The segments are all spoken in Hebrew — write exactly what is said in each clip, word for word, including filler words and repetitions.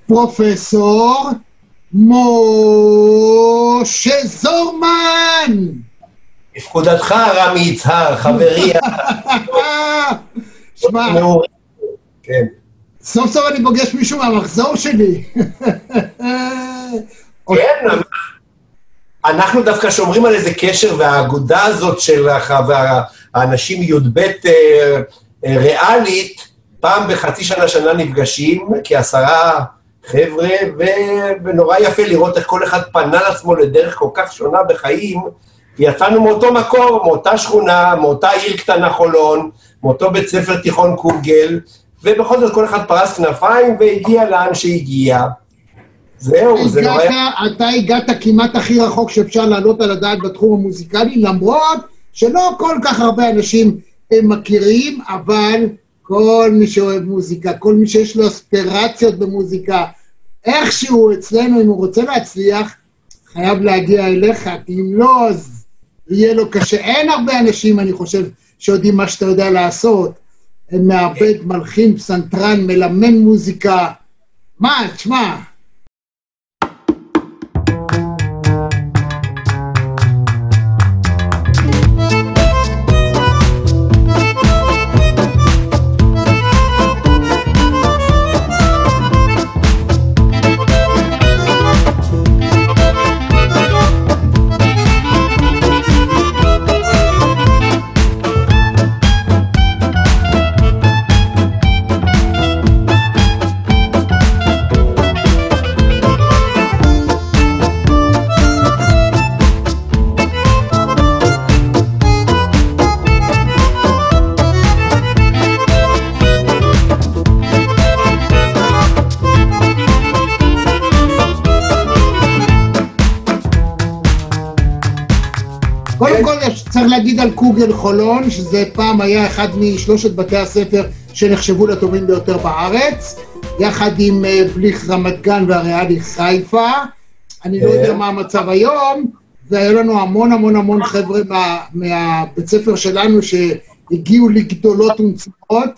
פרופסור משה זורמן. בפקודתך רמי יצהר, חברי. שמע, כן. סוף סוף אני פוגש מישהו מהמחזור שלי. כן, אנחנו דווקא שומרים על איזה קשר, והאגודה הזאת שלך והאנשים י"ב ריאלית, פעם בחצי שנה שנה נפגשים, כעשרה חבר'ה, ונורא יפה לראות איך כל אחד פנה לעצמו לדרך כל כך שונה בחיים, יצאנו מאותו מקום, מאותה שכונה, מאותה עיר קטנה חולון, מאותו בית ספר תיכון קוגל, ובכל זאת כל אחד פרס כנפיים והגיע לאן שהגיע. זהו, זה לא היה... אתה הגעת כמעט הכי רחוק שאפשר לעלות על הדעת בתחום המוזיקלי, למרות שלא כל כך הרבה אנשים מכירים, אבל כל מי שאוהב מוזיקה, כל מי שיש לו אספירציות במוזיקה, איכשהו אצלנו, אם הוא רוצה להצליח, חייב להגיע אליך, כי אם לא, אז יהיה לו קשה. אין הרבה אנשים, אני חושב, שיודעים מה שאתה יודע לעשות. מעבד, מלחין, פסנתרן, מלמד מוזיקה. מה, תשמע. קודם כל צריך להגיד על קוגל חולון, שזה פעם היה אחד משלושת בתי הספר שנחשבו לטובים ביותר בארץ, יחד עם בליך רמת גן והריאלי חיפה. אני לא יודע מה המצב היום, והיו לנו המון המון המון חבר'ה מהבית ספר שלנו שהגיעו לגדולות ונצמאות.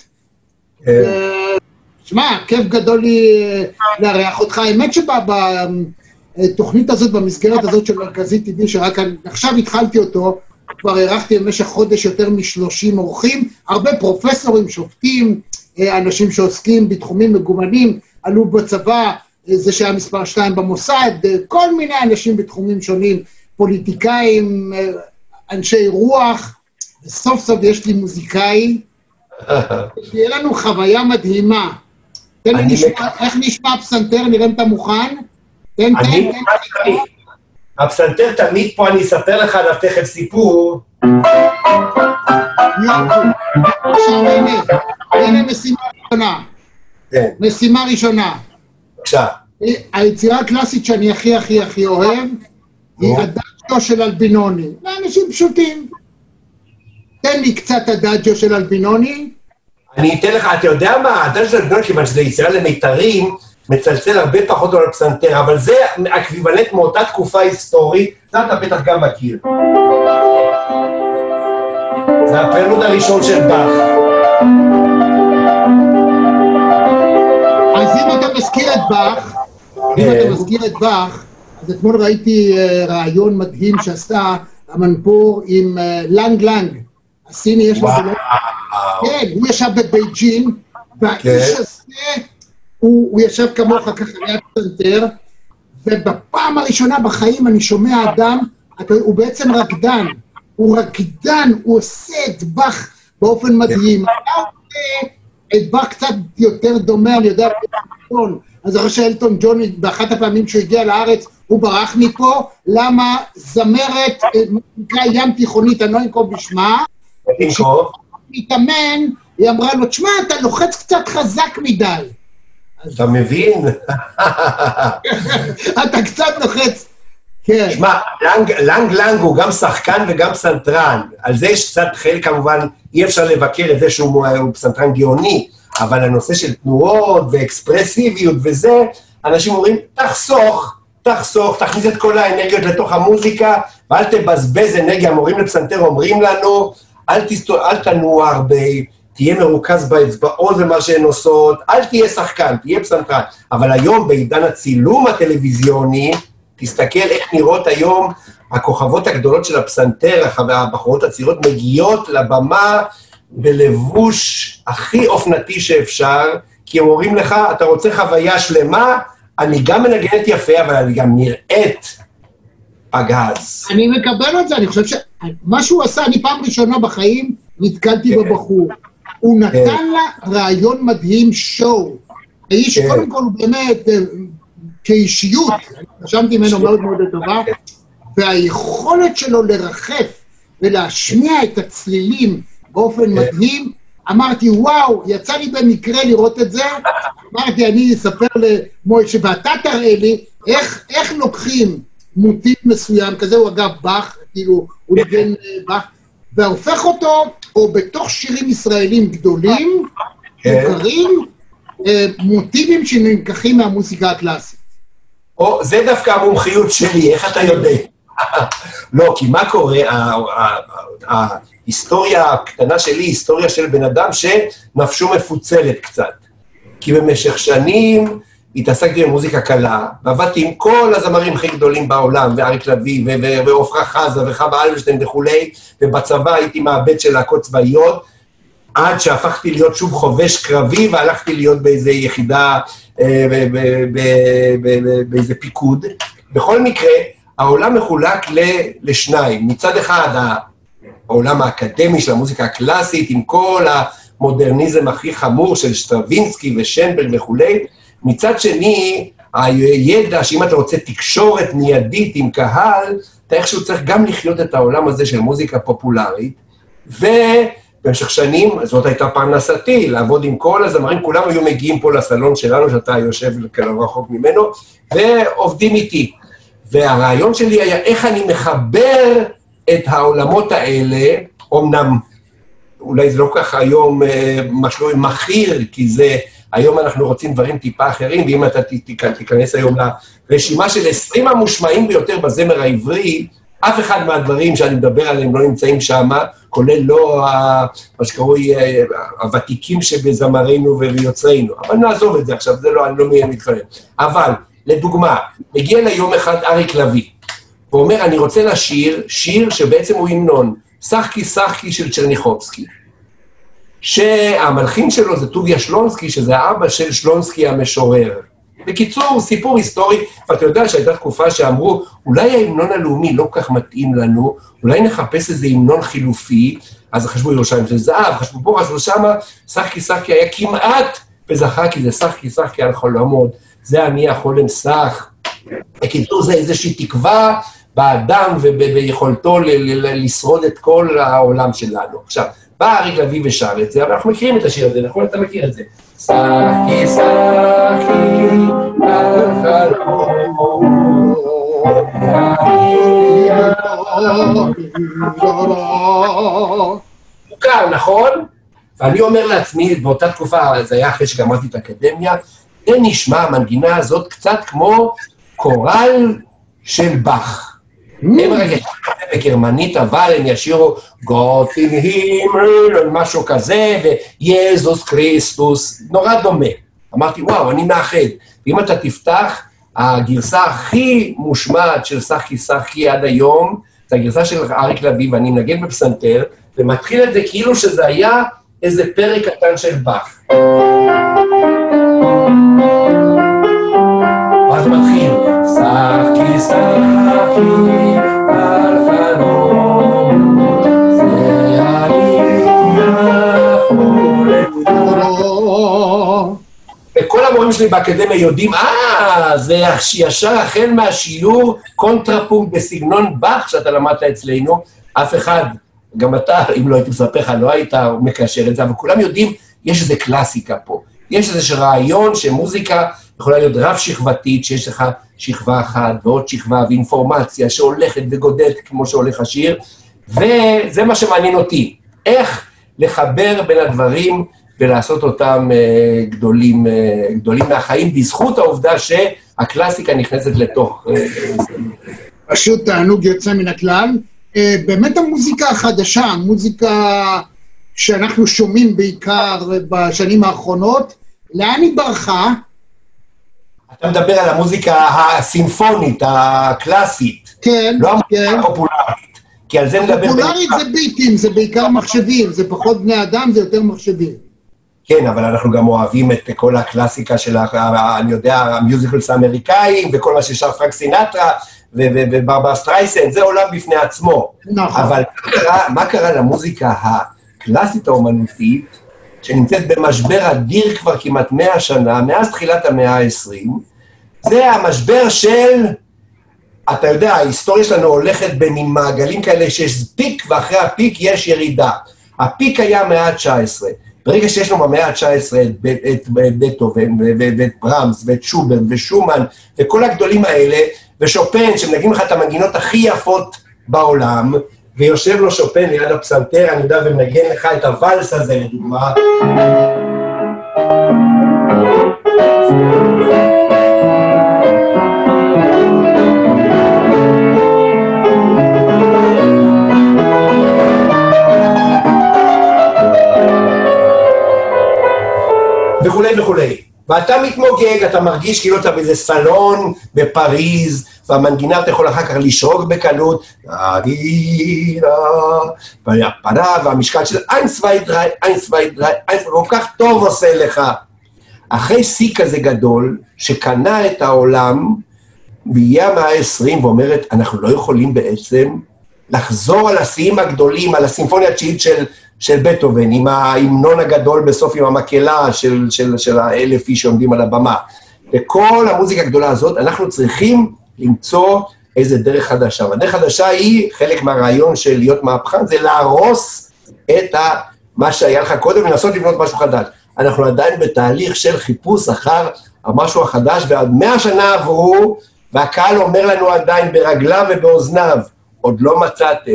שמע, כיף גדול לי לארח אותך. האמת שבתוכנית הזאת, במסגרת הזאת של מרכזי טבעי, שרק עכשיו התחלתי אותו, כבר ערכתי במשך חודש יותר משלושים אורחים, הרבה פרופסורים, שופטים, אנשים שעוסקים בתחומים מגוונים, עלו בצבא, זה שהיה מספר שתיים במוסד, כל מיני אנשים בתחומים שונים, פוליטיקאים, אנשי רוח, וסוף סוף יש לי מוזיקאי, שיהיה לנו חוויה מדהימה. תן לי נשמע, איך נשמע הפסנתר, נראה אם אתה מוכן? תן, תן, תן. הפסנתר תמיד פה, אני אספר לך עליו תכף סיפור. עכשיו הנה, הנה משימה ראשונה. משימה ראשונה. בבקשה. היצירה הקלאסית שאני הכי הכי הכי אוהב, היא הדאג'ו של אלבינוני. לאנשים פשוטים. תן לי קצת הדאג'ו של אלבינוני. אני אתן לך, אתה יודע מה, הדאג'ו של אלבינוני, כיוון שזה יצירה למיתרים, מצלצל הרבה פחות על הפסנתר, אבל זה אקוויוולנט מאותה תקופה היסטורית, זה אתה בטח גם מכיר. זה הפרלוד הראשון של באך. אז אם אתה מזכיר את באך, אם אתה מזכיר את באך, אז אתמול ראיתי רעיון מדהים שעשה המנפור עם לנג לנג. הסיני יש לו... כן, הוא ישב בבייג'ין, והאיש הזה... הוא, הוא ישב כמוך ככה ליד פסנתר, ובפעם הראשונה בחיים אני שומע אדם, הוא בעצם רקדן, הוא רקדן, הוא עושה את באך באופן מדהים. אתה עושה את באך קצת יותר דומה, אני יודע, אז אחרי שאלטון ג'ון, באחת הפעמים שהוא הגיע לארץ, הוא ברח מפה, למה זמרת, נקרא ים תיכונית, אני לא אנקוב בשמה, כשהוא מתאמן, היא אמרה לו, תשמע, אתה לוחץ קצת חזק מדי. אתה מבין? אתה קצת לוחץ. כן. שמע, לנג לנג הוא גם שחקן וגם פסנתרן. על זה יש קצת חלק, כמובן, אי אפשר לבקר את זה שהוא פסנתרן גאוני, אבל הנושא של תנועות ואקספרסיביות וזה, אנשים אומרים, תחסוך, תחסוך, תכניס את כל האנרגיות לתוך המוזיקה, ואל תבזבז אנרגיה. המורים לפסנתר אומרים לנו, אל תנוע הרבה, תהיה מרוכז באצבעות ומה שהן עושות, אל תהיה שחקן, תהיה פסנתרן. אבל היום, בעידן הצילום הטלוויזיוני, תסתכל איך נראות היום הכוכבות הגדולות של הפסנתר, הבחורות הצעירות מגיעות לבמה בלבוש הכי אופנתי שאפשר, כי הם אומרים לך, אתה רוצה חוויה שלמה, אני גם מנגנת יפה, אבל אני גם נראית פגז. אני מקבל את זה, אני חושב שמה שהוא עשה, אני פעם ראשונה בחיים נתקלתי בבחור. הוא נתן לה רעיון מדהים, שואו. האיש קודם כל הוא באמת כאישיות, חשבתי ממנו מאוד מאוד טובה, והיכולת שלו לרחף ולהשמיע את הצלילים באופן מדהים, אמרתי, וואו, יצא לי במקרה לראות את זה, אמרתי, אני אספר למוישה, ואתה תראה לי איך, איך לוקחים מוטיב מסוים, כזה הוא אגב באך, כאילו, הוא נגן באך, והופך אותו, או בתוך שירים ישראלים גדולים, מוכרים, מוטיבים שנלקחים מהמוזיקה הקלאסית. או, זה דווקא המומחיות שלי, איך אתה יודע? לא, כי מה קורה, ההיסטוריה הקטנה שלי, היסטוריה של בן אדם שנפשו מפוצלת קצת. כי במשך שנים התעסקתי במוזיקה קלה, ועבדתי עם כל הזמרים הכי גדולים בעולם, ואריק לביא, ועופרה חזה, וחווה אלברשטיין וכולי, ובצבא הייתי מעבד של להקות צבאיות, עד שהפכתי להיות שוב חובש קרבי, והלכתי להיות באיזו יחידה, באיזה פיקוד. בכל מקרה, העולם מחולק לשניים. מצד אחד, העולם האקדמי של המוזיקה הקלאסית, עם כל המודרניזם הכי חמור של שטרווינסקי ושנברג וכולי. מצד שני, הידע שאם אתה רוצה תקשורת מיידית עם קהל, אתה איכשהו צריך גם לחיות את העולם הזה של מוזיקה פופולרית, ובמשך שנים, זאת הייתה פרנסתי, לעבוד עם כל הזמרים, כולם היו מגיעים פה לסלון שלנו, שאתה יושב לא רחוק ממנו, ועובדים איתי. והרעיון שלי היה איך אני מחבר את העולמות האלה, אמנם אולי זה לא כך היום משהו מחיר, כי זה, היום אנחנו רוצים דברים טיפה אחרים, ואם אתה תיכנס היום לרשימה של עשרים המושמעים ביותר בזמר העברי, אף אחד מהדברים שאני מדבר עליהם לא נמצאים שם, כולל לא מה שקרוי הוותיקים שבזמרינו וביוצרינו, אבל נעזוב את זה עכשיו, זה לא, אני לא מי מתכוון. אבל, לדוגמה, מגיע ליום אחד אריק לביא, ואומר, אני רוצה לשיר, שיר שבעצם הוא המנון, שחקי שחקי של צ'רניחובסקי, שהמלחין שלו זה טוביה שלונסקי, שזה האבא של שלונסקי המשורר. בקיצור, סיפור היסטורי, ואתה יודע שהייתה תקופה שאמרו, אולי ההמנון הלאומי לא כך מתאים לנו, אולי נחפש איזה המנון חילופי, אז חשבו ירושלים של זהב, חשבו פה, חשבו שמה, שחקי שחקי היה כמעט וזכה, כי זה שחקי שחקי על חולמות, זה אני החולם שח. בקיצור, זה איזושהי תקווה באדם וביכולתו לשרוד את כל העולם שלנו. עכשיו, בא אריק לביא ושר את זה, אבל אנחנו מכירים את השיר הזה, נכון? אתה מכיר את זה. שחקי, שחקי, על חלום, מוכר, נכון? ואני אומר לעצמי, באותה תקופה, זה היה אחרי שגמרתי את האקדמיה, זה נשמע, המנגינה הזאת קצת כמו קורל של באך. הם רגעים בגרמנית, אבל הם ישירו Gott im Himmel, משהו כזה, ויזוס קריסטוס, נורא דומה. אמרתי, וואו, אני מאחד. ואם אתה תפתח, הגרסה הכי מושמעת של שחקי שחקי עד היום, זה הגרסה של אריק לביא, ואני מנגן בפסנתר, ומתחיל את זה כאילו שזה היה איזה פרק קטן של באך. ואז מתחיל, שחקי שחקי, על חלום, זה אני החולם. וכל המורים שלי באקדמיה יודעים, אה, זה ישר החל מהשיעור קונטרפונקט בסגנון באך שאתה למדת אצלנו, אף אחד, גם אתה, אם לא הייתי מספר לך, לא היית מקשר את זה, אבל כולם יודעים, יש איזה קלאסיקה פה. יש איזה רעיון שמוזיקה יכולה להיות רב שכבתית, שיש לך שכבה אחת ועוד שכבה ואינפורמציה שהולכת וגודלת כמו שהולך השיר, וזה מה שמעניין אותי. איך לחבר בין הדברים ולעשות אותם גדולים, גדולים מהחיים, בזכות העובדה שהקלאסיקה נכנסת לתוך... פשוט תענוג יוצא מן הכלל. באמת המוזיקה החדשה, המוזיקה שאנחנו שומעים בעיקר בשנים האחרונות, לאן היא ברחה? אתה מדבר על המוזיקה הסימפונית, הקלאסית. כן, לא כן. המוזיקה הפופולרית. כי על זה נדבר... פופולרית זה ביטים, זה בעיקר מחשבים, זה פחות בני אדם, זה יותר מחשבים. כן, אבל אנחנו גם אוהבים את כל הקלאסיקה של, אני יודע, המיוזיקלס האמריקאים, וכל מה ששר פרנק סינטרה, וברברה סטרייסנד, זה עולם בפני עצמו. נכון. אבל מה קרה, מה קרה למוזיקה הקלאסית האומנותית, שנמצאת במשבר אדיר כבר כמעט מאה שנה, מאז תחילת המאה ה-עשרים, זה המשבר של, אתה יודע, ההיסטוריה שלנו הולכת במין מעגלים כאלה, שיש פיק, ואחרי הפיק יש ירידה. הפיק היה המאה ה-תשע עשרה. ברגע שיש לנו במאה ה-תשע עשרה את בטהובן, ואת ברמס, ואת שוברט, ושומן, וכל הגדולים האלה, ושופן, שמנגנים לך את המנגינות הכי יפות בעולם, ויושב לו שופן ליד הפסנתר, אני יודע, ומנגן לך את הוואלס הזה, לדוגמה. וכולי וכולי. ואתה מתמוגג, אתה מרגיש כאילו אתה באיזה סלון בפריז, והמנגינה אתה יכול אחר כך לשרוק בקלות, והמשקל של איינס ויידריי, איינס ויידריי, איינס ויידריי, כל כך טוב עושה לך. אחרי שיא כזה גדול, שקנה את העולם, בהגיעה המאה ה-עשרים, ואומרת, אנחנו לא יכולים בעצם לחזור על השיאים הגדולים, על הסימפוניה התשיעית של של בטהובן, עם ההמנון הגדול בסוף, עם המקהלה של, של, של האלף איש שעומדים על הבמה. וכל המוזיקה הגדולה הזאת, אנחנו צריכים למצוא איזה דרך חדשה. והדרך חדשה היא, חלק מהרעיון של להיות מהפכן, זה להרוס את ה, מה שהיה לך קודם, ולנסות לבנות משהו חדש. אנחנו עדיין בתהליך של חיפוש אחר המשהו החדש, ועד מאה שנה עברו, והקהל אומר לנו עדיין ברגליו ובאוזניו, עוד לא מצאתם.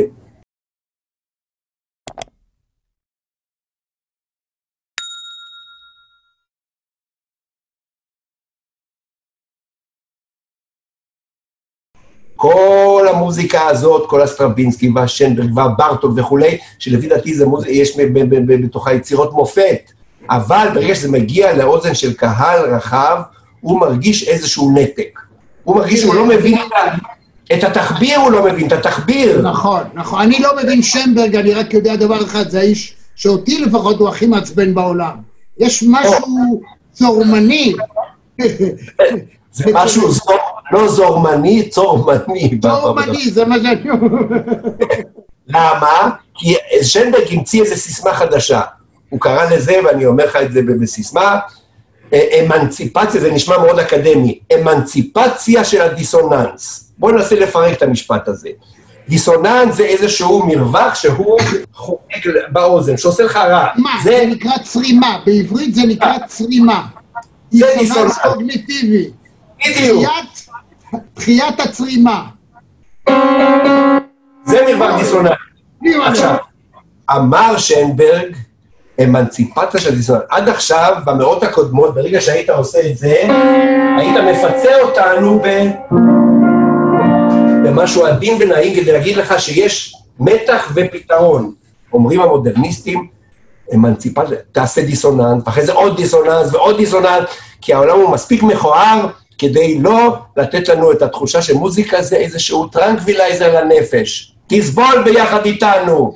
כל המוזיקה הזאת, כל הסטרווינסקי והשנברג והברטוק וכולי, שלפי דעתי זה מוזיקה, יש בתוכה יצירות מופת, אבל ברגע שזה מגיע לאוזן של קהל רחב, הוא מרגיש איזשהו נתק. הוא מרגיש שהוא לא מבין את התחביר, הוא לא מבין את התחביר. נכון, נכון. אני לא מבין שנברג, אני רק יודע דבר אחד, זה האיש שאותי לפחות הוא הכי מעצבן בעולם. יש משהו צורמני. זה משהו זור, לא זורמני, צורמני. צורמני, זה מה שאני אומר. למה? כי שנברג המציא איזו סיסמה חדשה. הוא קרא לזה, ואני אומר לך את זה בסיסמה, אמנציפציה, זה נשמע מאוד אקדמי, אמנציפציה של הדיסוננס. בואו ננסה לפרק את המשפט הזה. דיסוננס זה איזשהו מרווח שהוא חוקק באוזן, שעושה לך רע. מה? זה נקרא צרימה, בעברית זה נקרא צרימה. זה דיסוננס קוגניטיבי. בדיוק. דחיית הצרימה. זה מרווח דיסוננס. עכשיו, אמר שנברג, אמנציפציה של דיסוננס. עד עכשיו, במאות הקודמות, ברגע שהיית עושה את זה, היית מפצה אותנו ב... במשהו עדין ונעים כדי להגיד לך שיש מתח ופתרון. אומרים המודרניסטים, אמנציפציה, תעשה דיסוננס, ואחרי זה עוד דיסוננס ועוד דיסוננס, כי העולם הוא מספיק מכוער, כדי לא לתת לנו את התחושה שמוזיקה זה איזשהו טרנקווילייזר לנפש. תסבול ביחד איתנו.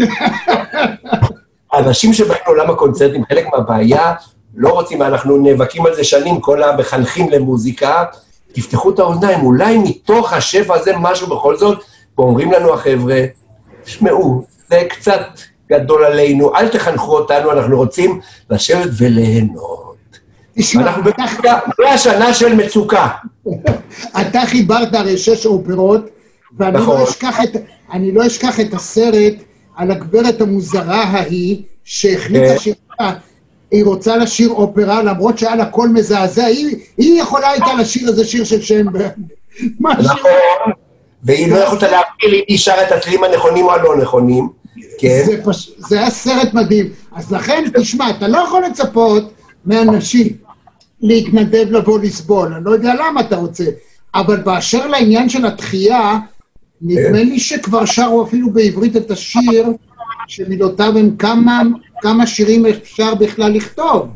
האנשים שבאים לעולם הקונצרטים, חלק מהבעיה, לא רוצים, אנחנו נאבקים על זה שנים, כל המחנכים למוזיקה, תפתחו את האוזניים, אולי מתוך השפע הזה משהו בכל זאת, ואומרים לנו החבר'ה, שמעו, זה קצת גדול עלינו, אל תחנכו אותנו, אנחנו רוצים לשבת וליהנות. אנחנו בגלל השנה של מצוקה. אתה חיברת הרי שש אופרות, ואני לא אשכח את, אני לא אשכח את הסרט על הגברת המוזרה ההיא, שהחליטה שהיא רוצה לשיר אופרה, למרות שהיה לה קול מזעזע, היא יכולה הייתה לשיר איזה שיר של שנברג. נכון, והיא לא יכולת להביא לי, היא שרה את הצלילים הנכונים או הלא נכונים. זה היה סרט מדהים. אז לכן, תשמע, אתה לא יכול לצפות מאנשים להתנדב לבוא לסבול, אני לא יודע למה אתה רוצה, אבל באשר לעניין של התחייה, נדמה לי שכבר שרו אפילו בעברית את השיר שמילותיו הם כמה, כמה שירים אפשר בכלל לכתוב.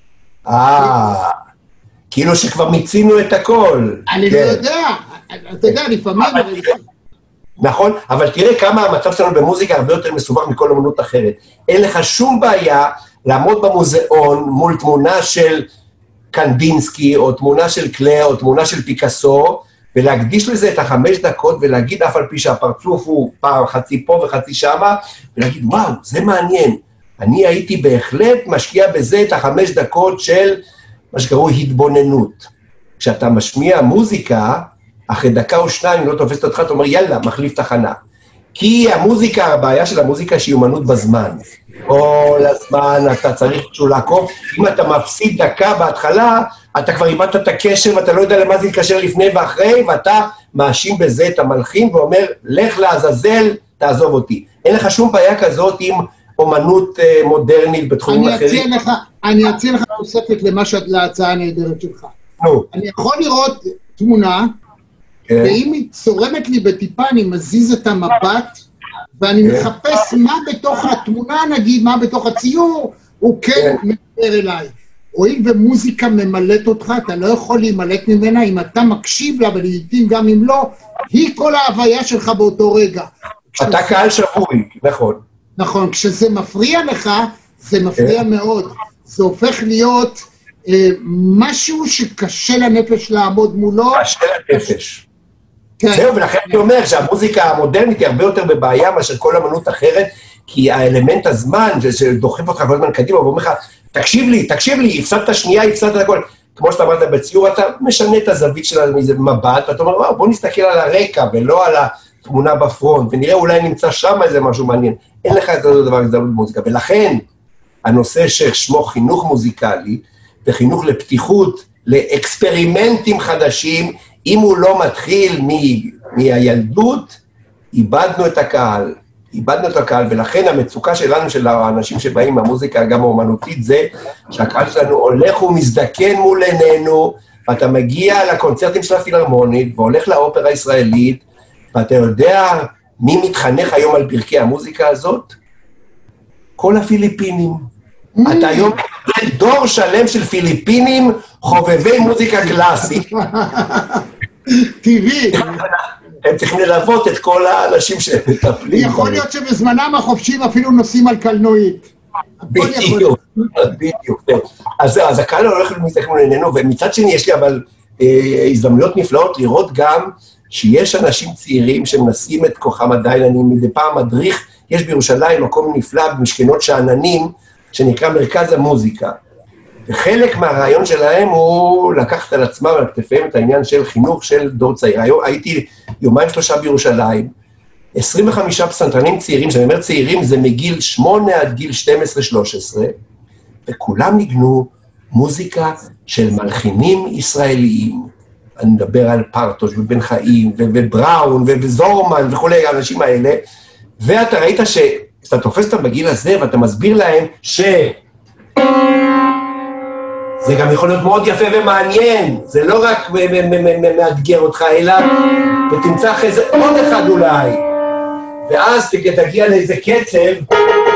אה, כאילו שכבר מיצינו את הכל. אני לא יודע, אתה יודע, לפעמים... נכון, אבל תראה כמה המצב שלנו במוזיקה הרבה יותר מסובך מכל אמנות אחרת. אין לך שום בעיה לעמוד במוזיאון מול תמונה של קנדינסקי, או תמונה של קלר, או תמונה של פיקאסו, ולהקדיש לזה את החמש דקות, ולהגיד אף על פי שהפרצוף הוא פעם חצי פה וחצי שמה, ולהגיד, וואו, זה מעניין. אני הייתי בהחלט משקיע בזה את החמש דקות של מה שקראו התבוננות. כשאתה משמיע מוזיקה, אחרי דקה או שניים, לא תופסת אותך, אתה אומר, יאללה, מחליף תחנה. כי המוזיקה, הבעיה של המוזיקה שהיא אומנות בזמן. כל הזמן אתה צריך שהוא לעקוב. אם אתה מפסיד דקה בהתחלה, אתה כבר איבדת את הקשר, ואתה לא יודע למה זה יקשר לפני ואחרי, ואתה מאשים בזה את המלחין, ואומר, לך לעזאזל, תעזוב אותי. אין לך שום בעיה כזאת עם אומנות uh, מודרנית בתחומים אני אחרים. לך, אני אציע לך תוספת למה שאת להצעה הנהדרת שלך. נו. אני יכול לראות תמונה, כן. ואם היא צורמת לי בטיפה, אני מזיז את המבט, ואני כן. מחפש מה בתוך התמונה, נגיד, מה בתוך הציור, הוא כן, כן. מדבר אליי. הואיל ומוזיקה ממלאת אותך, אתה לא יכול להימלט ממנה, אם אתה מקשיב לה, ולעיתים גם אם לא, היא כל ההוויה שלך באותו רגע. אתה כשזה... קהל שבוי, נכון. נכון, כשזה מפריע לך, זה מפריע כן. מאוד. זה הופך להיות אה, משהו שקשה לנפש לעמוד מולו. קשה לנפש. כן. זהו, ולכן אני אומר שהמוזיקה המודרנית היא הרבה יותר בבעיה מאשר כל אמנות אחרת, כי האלמנט הזמן, שדוחף אותך כל הזמן קדימה, ואומר לך, תקשיב לי, תקשיב לי, הפסדת שנייה, הפסדת הכל. כמו שאתה אמרת בציור, אתה משנה את הזווית של איזה מבט, ואתה אומר, וואו, בוא נסתכל על הרקע, ולא על התמונה בפרונט, ונראה אולי נמצא שם איזה משהו מעניין. אין לך את אותו דבר הזדמנות במוזיקה, ולכן הנושא ששמו חינוך מוזיקלי, וחינוך לפתיחות, לאקספרימנטים חדשים, אם הוא לא מתחיל מ- מהילדות, איבדנו את הקהל. איבדנו את הקהל, ולכן המצוקה שלנו, של האנשים שבאים מהמוזיקה, גם האומנותית, זה שהקהל שלנו הולך ומזדקן מול עינינו, ואתה מגיע לקונצרטים של הפילהרמונית, והולך לאופרה הישראלית, ואתה יודע מי מתחנך היום על פרקי המוזיקה הזאת? כל הפיליפינים. אתה היום מקבל דור שלם של פיליפינים, חובבי מוזיקה קלאסית. טבעי. הם צריכים ללוות את כל האנשים שהם מטפלים. יכול להיות שבזמנם החופשים אפילו נוסעים על קלנועית. בדיוק, בדיוק. אז הקהל הולך ומסתכל לעינינו, ומצד שני יש לי אבל הזדמנויות נפלאות לראות גם שיש אנשים צעירים שמנסים את כוחם עדיין. אני מדי פעם מדריך, יש בירושלים מקום נפלא במשכנות שאננים, שנקרא מרכז המוזיקה. וחלק מהרעיון שלהם הוא לקחת על עצמם, על כתפיהם את העניין של חינוך של דור צעיר. היום הייתי יומיים שלושה בירושלים, עשרים וחמישה פסנתרנים צעירים, שאני אומר צעירים, זה מגיל שמונה עד גיל שתים עשרה שלוש עשרה, וכולם ניגנו מוזיקה של מלחינים ישראליים. אני מדבר על פרטוש ובן חיים ובראון וזורמן וכולי, האנשים האלה, ואתה ראית שאתה תופס אותם בגיל הזה ואתה מסביר להם ש... זה גם יכול להיות מאוד יפה ומעניין, זה לא רק מאתגר אותך, אלא ותמצא אחרי זה עוד אחד אולי, ואז תגיע לאיזה קצב,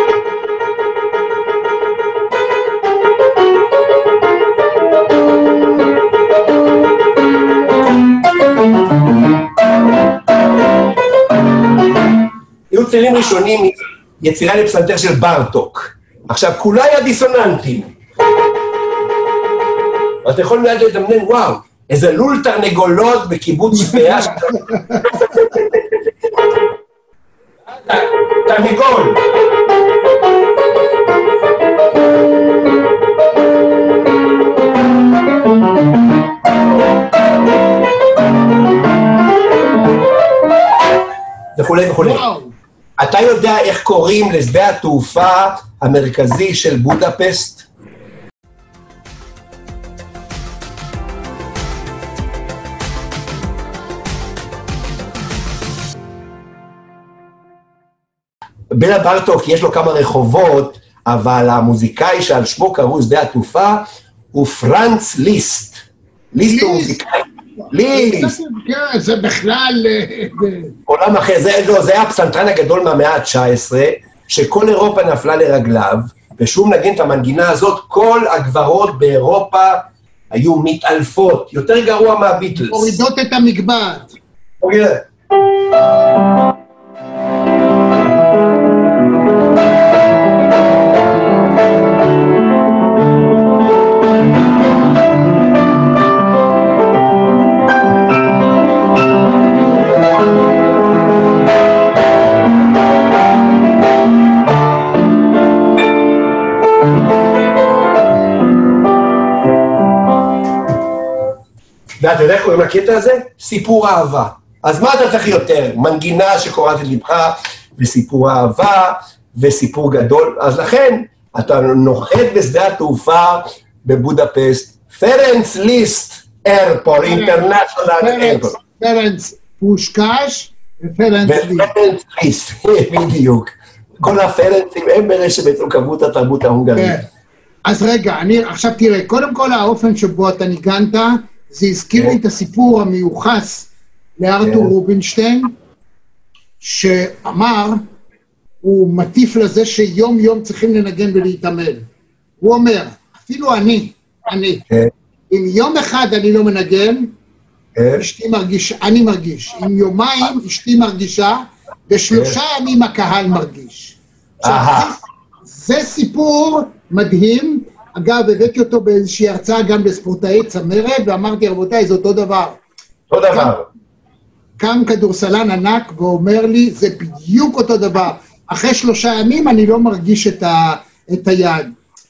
היו צלילים ראשונים, יצירה לפסנתר של בארטוק, עכשיו כולה היה דיסוננטים, ואתה יכול מיד לדמיין, וואו, איזה לול תרנגולות בקיבוץ שפיה. תרנגול. וכולי וכולי. אתה יודע איך קוראים לשדה התעופה המרכזי של בודפשט? בלה בארטוק יש לו כמה רחובות, אבל המוזיקאי שעל שמו קראו שדה התעופה הוא פרנץ ליסט. ליסט הוא מוזיקאי. ליסט. זה בכלל... עולם אחר, זה היה הפסנתרן הגדול מהמאה ה-תשע עשרה, שכל אירופה נפלה לרגליו, ושהוא מנגן את המנגינה הזאת, כל הגברות באירופה היו מתעלפות, יותר גרוע מהביטלס. הורידות את המגבעת. אוקיי. ואתה יודע איך קוראים לקטע הזה? סיפור אהבה. אז מה אתה צריך יותר? מנגינה שקוראת את לבך, וסיפור אהבה, וסיפור גדול. אז לכן, אתה נוחת בשדה התעופה בבודפסט, פרנץ ליסט איירפורט, אינטרנשיונל איירפורט. פרנץ פושקש ופרנץ ליסט. בדיוק. כל הפרנסים הם אלה שבעצם קבעו את התרבות ההונגרית. אז רגע, אני עכשיו תראה, קודם כל האופן שבו אתה ניגנת, זה הזכיר לי את הסיפור המיוחס לארתור רובינשטיין, שאמר, הוא מטיף לזה שיום יום צריכים לנגן ולהתאמן. הוא אומר, אפילו אני, אני, אם יום אחד אני לא מנגן, אשתי מרגיש, אני מרגיש. אם יומיים אשתי מרגישה, ושלושה ימים הקהל מרגיש. זה סיפור מדהים, אגב, הבאתי אותו באיזושהי הרצאה גם בספורטאי צמרת, ואמרתי, רבותיי, זה אותו דבר. אותו דבר. קם כדורסלן ענק ואומר לי, זה בדיוק אותו דבר. אחרי שלושה ימים אני לא מרגיש את, ה, את היד.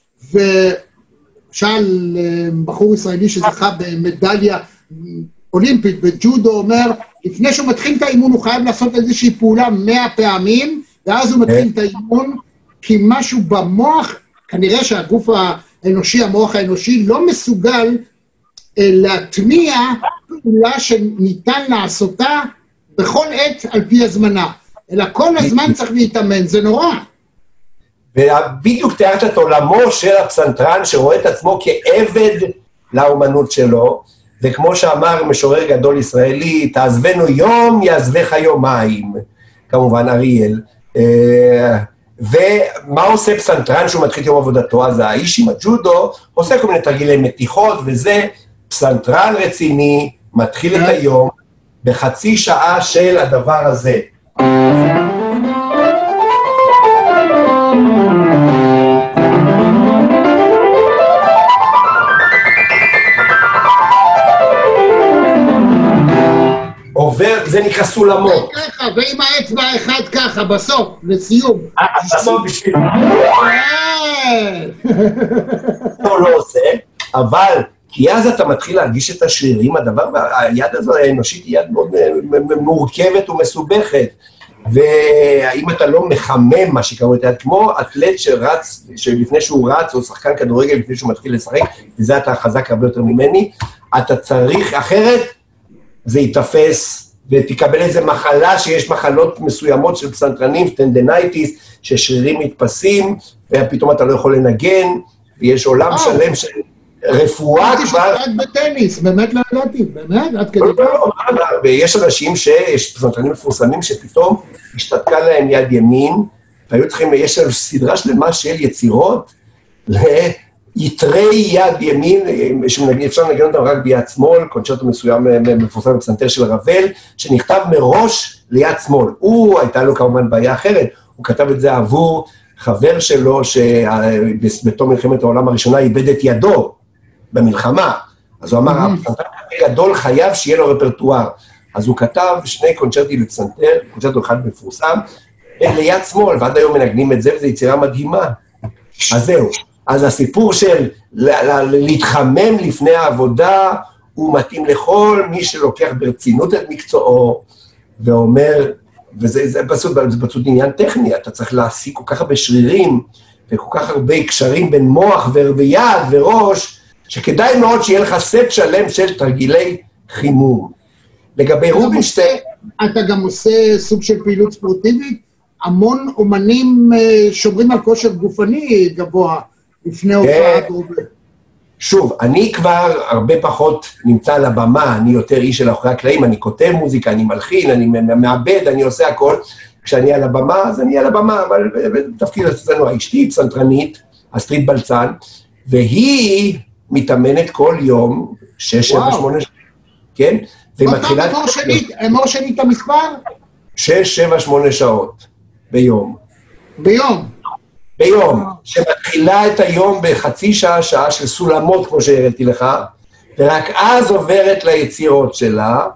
ושאל בחור ישראלי שזכה במדליה אולימפית בג'ודו, אומר, לפני שהוא מתחיל את האימון הוא חייב לעשות איזושהי פעולה מאה פעמים, ואז הוא מתחיל את האימון, כי משהו במוח, כנראה שהגוף האנושי, המוח האנושי, לא מסוגל להטמיע פעולה שניתן לעשותה בכל עת על פי הזמנה, אלא כל הזמן צריך להתאמן, זה נורא. ובדיוק תיארת את עולמו של הפסנתרן שרואה את עצמו כעבד לאומנות שלו, וכמו שאמר משורר גדול ישראלי, תעזבנו יום, יעזבך יומיים, כמובן אריאל. ומה עושה פסנתרן שהוא מתחיל יום עבודתו? אז האיש עם הג'ודו עושה כל מיני תרגילי מתיחות, וזה פסנתרן רציני, מתחיל את היום בחצי שעה של הדבר הזה. עובר, זה נקרא סולמות. ככה, ועם האצבע האחד ככה, בסוף, לסיום. הסולמות בשביל... לא, לא עושה, אבל כי אז אתה מתחיל להרגיש את השרירים, הדבר, והיד הזו האנושית היא יד מאוד מורכבת ומסובכת, ואם אתה לא מחמם מה שקראו את היד, כמו אתלט שרץ, שלפני שהוא רץ, או שחקן כדורגל לפני שהוא מתחיל לשחק, וזה אתה חזק הרבה יותר ממני, אתה צריך, אחרת זה יתפס, ותקבל איזה מחלה, שיש מחלות מסוימות של פסנתרנים, טנדנייטיס, ששרירים מתפסים, ופתאום אתה לא יכול לנגן, ויש עולם שלם של רפואה כבר... הייתי שחק בטניס, באמת לא ידעתי, באמת, עד כדי כך. ויש אנשים שיש פסנתרנים מפורסמים שפתאום השתתקה להם יד ימין, והיו צריכים, יש סדרה שלמה של יצירות, ליתרי יד ימין, שאפשר לנגן אותם רק ביד שמאל, קונצ'רטו מסוים מפורסם בפסנתר של רבל, שנכתב מראש ליד שמאל. הוא, הייתה לו כמובן בעיה אחרת, הוא כתב את זה עבור חבר שלו, שבתום מלחמת העולם הראשונה איבד את ידו במלחמה. אז הוא אמר, הפסנתר גדול חייב שיהיה לו רפרטואר. אז הוא כתב שני קונצ'רטים בפסנתר, קונצ'רטו אחד מפורסם, ליד שמאל, ועד היום מנגנים את זה, וזו יצירה מדהימה. אז זהו. אז הסיפור של להתחמם לפני העבודה, הוא מתאים לכל מי שלוקח ברצינות את מקצועו, ואומר, וזה פשוט, זה פשוט עניין טכני, אתה צריך להשיג כל כך הרבה שרירים, וכל כך הרבה קשרים בין מוח ויד וראש, שכדאי מאוד שיהיה לך סט שלם של תרגילי חימום. לגבי רובינשטיין... אתה גם עושה סוג של פעילות ספורטיבית, המון אומנים שומרים על כושר גופני גבוה, לפני הופעת רובין. שוב, אני כבר הרבה פחות נמצא על הבמה, אני יותר איש של אחרי הקלעים, אני כותב מוזיקה, אני מלחין, אני מעבד, אני עושה הכל, כשאני על הבמה, אז אני על הבמה, אבל בתפקיד אצלנו, אשתי פסנתרנית, אסטרית בלצן, והיא מתאמנת כל יום, שש, שבע, שמונה שעות, כן? ומתחילה... אמור שנית את המספר? שש, שבע, שמונה שעות ביום. ביום? ביום, שמתחילה את היום בחצי שעה, שעה של סולמות, כמו שהראיתי לך, ורק אז עוברת ליצירות שלה,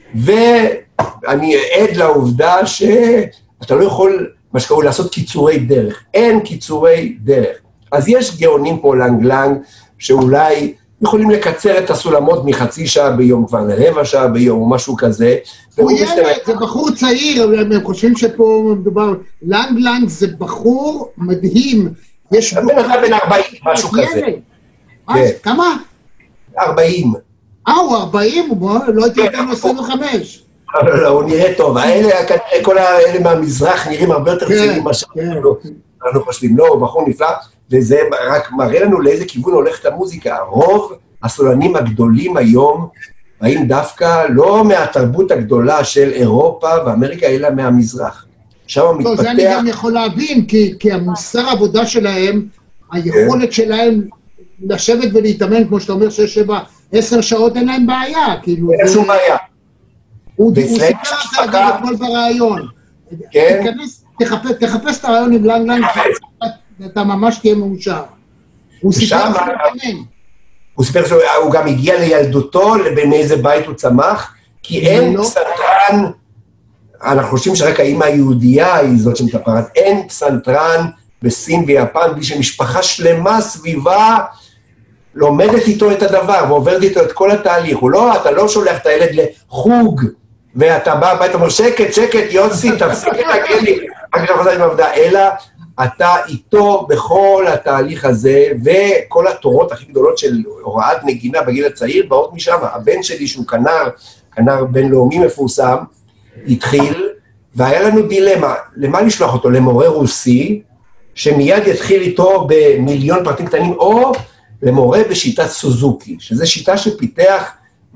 ואני עד לעובדה שאתה לא יכול, מה שקראו, לעשות קיצורי דרך. אין קיצורי דרך. אז יש גאונים פה לנג לנג, שאולי יכולים לקצר את הסולמות מחצי שעה ביום, כבר לרבע שעה ביום, או משהו כזה. הוא ילד, זה בחור צעיר, הם חושבים שפה מדובר, לנג לנג זה בחור מדהים. יש בן אחד בן ארבעים, משהו כזה. כמה? ארבעים. אה, הוא ארבעים? לא הייתי יותר עשרים וחמש. לא, לא, לא, הוא נראה טוב. כל האלה מהמזרח נראים הרבה יותר צעירים מה שאנחנו חושבים. לא, הוא בחור נפלא, וזה רק מראה לנו לאיזה כיוון הולכת המוזיקה. רוב הסולנים הגדולים היום, באים דווקא לא מהתרבות הגדולה של אירופה ואמריקה, אלא מהמזרח. שם מתפתח... לא, זה אני גם יכול להבין, כי המוסר העבודה שלהם, היכולת שלהם לשבת ולהתאמן, כמו שאתה אומר, שש, שבע, עשר שעות אין להם בעיה, כאילו... אין שום בעיה. הוא סיפר את זה אתמול ברעיון. כן? תחפש את הרעיון עם לנג לנג, אתה ממש תהיה מאושר. הוא סיפר לך להתאמן. הוא סיפר שהוא גם הגיע לילדותו, מאיזה בית הוא צמח, כי אין פסנתרן, אנחנו חושבים שרק האמא היהודייה היא זאת שמטפרת, אין פסנתרן בסין ויפן, בלי שמשפחה שלמה סביבה לומדת איתו את הדבר, ועוברת איתו את כל התהליך. הוא לא, אתה לא שולח את הילד לחוג, ואתה בא הביתה, אומר, שקט, שקט, יוסי, תפסיק את לי, רק אתה חוזר עם עבודה, אלא אתה איתו בכל התהליך הזה, וכל התורות הכי גדולות של הוראת נגינה בגיל הצעיר, באות משם. הבן שלי, שהוא כנר, כנר בינלאומי מפורסם, התחיל, והיה לנו דילמה, למה לשלוח אותו? למורה רוסי, שמיד יתחיל איתו במיליון פרטים קטנים, או למורה בשיטת סוזוקי, שזו שיטה שפיתח